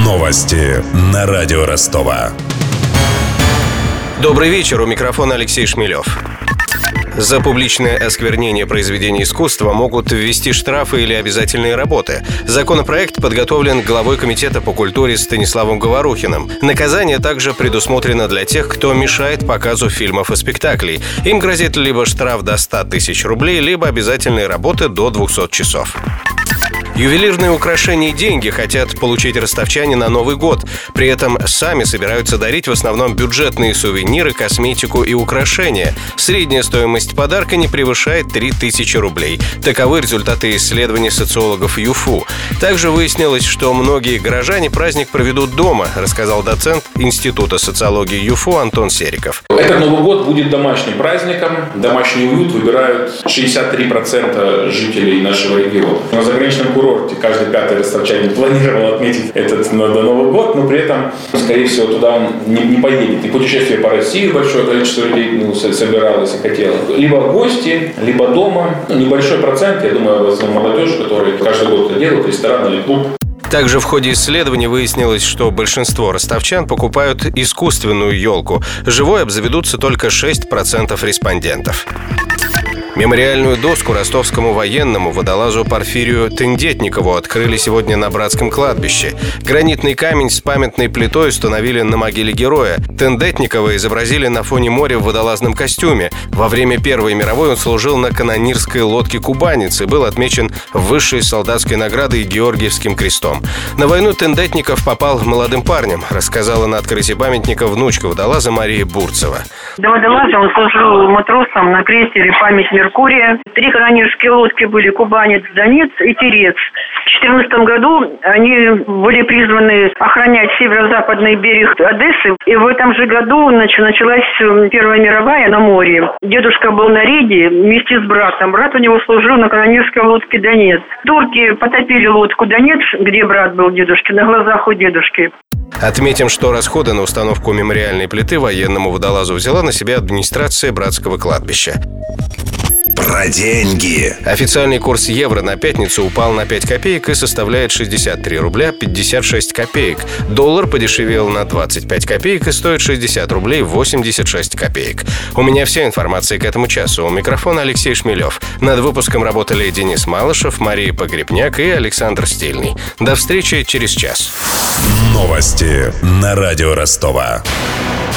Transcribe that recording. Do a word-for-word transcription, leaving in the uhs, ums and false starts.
Новости на радио Ростова. Добрый вечер, у микрофона Алексей Шмелев. За публичное осквернение произведений искусства могут ввести штрафы или обязательные работы. Законопроект подготовлен главой комитета по культуре Станиславом Говорухиным. Наказание также предусмотрено для тех, кто мешает показу фильмов и спектаклей. Им грозит либо штраф до ста тысяч рублей, либо обязательные работы до двухсот часов. Ювелирные украшения и деньги хотят получить ростовчане на Новый год. При этом сами собираются дарить в основном бюджетные сувениры, косметику и украшения. Средняя стоимость подарка не превышает три тысячи рублей. Таковы результаты исследований социологов ЮФУ. Также выяснилось, что многие горожане праздник проведут дома, рассказал доцент Института социологии ЮФУ Антон Сериков. Этот Новый год будет домашним праздником. Домашний уют выбирают шестьдесят три процента жителей нашего региона. На заграничном курорте каждый пятый ростовчанин планировал отметить этот Новый год, но при этом, скорее всего, туда он не, не поедет. И путешествие по России большое количество людей ну, собиралось и хотело. Либо в гости, либо дома. Ну, небольшой процент, я думаю, в основном молодежь, которая каждый год это делает, ресторан или клуб. Также в ходе исследования выяснилось, что большинство ростовчан покупают искусственную елку. Живой обзаведутся только шесть процентов респондентов. Мемориальную доску ростовскому военному водолазу Порфирию Тендетникову открыли сегодня на Братском кладбище. Гранитный камень с памятной плитой установили на могиле героя. Тендетникова изобразили на фоне моря в водолазном костюме. Во время Первой мировой он служил на канонирской лодке «Кубанец» и был отмечен высшей солдатской наградой Георгиевским крестом. На войну Тендетников попал молодым парнем, рассказала на открытии памятника внучка водолаза Мария Бурцева. До водолаза он служил матросом на крейсере «Память Меркурия». Три канонирские лодки были «Кубанец», «Донец» и «Терец». В две тысячи четырнадцатом году они были призваны охранять северо-западный берег Одессы. И в этом же году началась Первая мировая на море. Дедушка был на рейде вместе с братом. Брат у него служил на канонирской лодке «Донец». Турки потопили лодку «Донец», где брат был дедушки, на глазах у дедушки. Отметим, что расходы на установку мемориальной плиты военному водолазу взяла на себя администрация Братского кладбища. Про деньги. Официальный курс евро на пятницу упал на пять копеек и составляет шестьдесят три рубля пятьдесят шесть копеек. Доллар подешевел на двадцать пять копеек и стоит шестьдесят рублей восемьдесят шесть копеек. У меня вся информация к этому часу. У микрофона Алексей Шмелев. Над выпуском работали Денис Малышев, Мария Погребняк и Александр Стильный. До встречи через час. Новости на радио Ростова.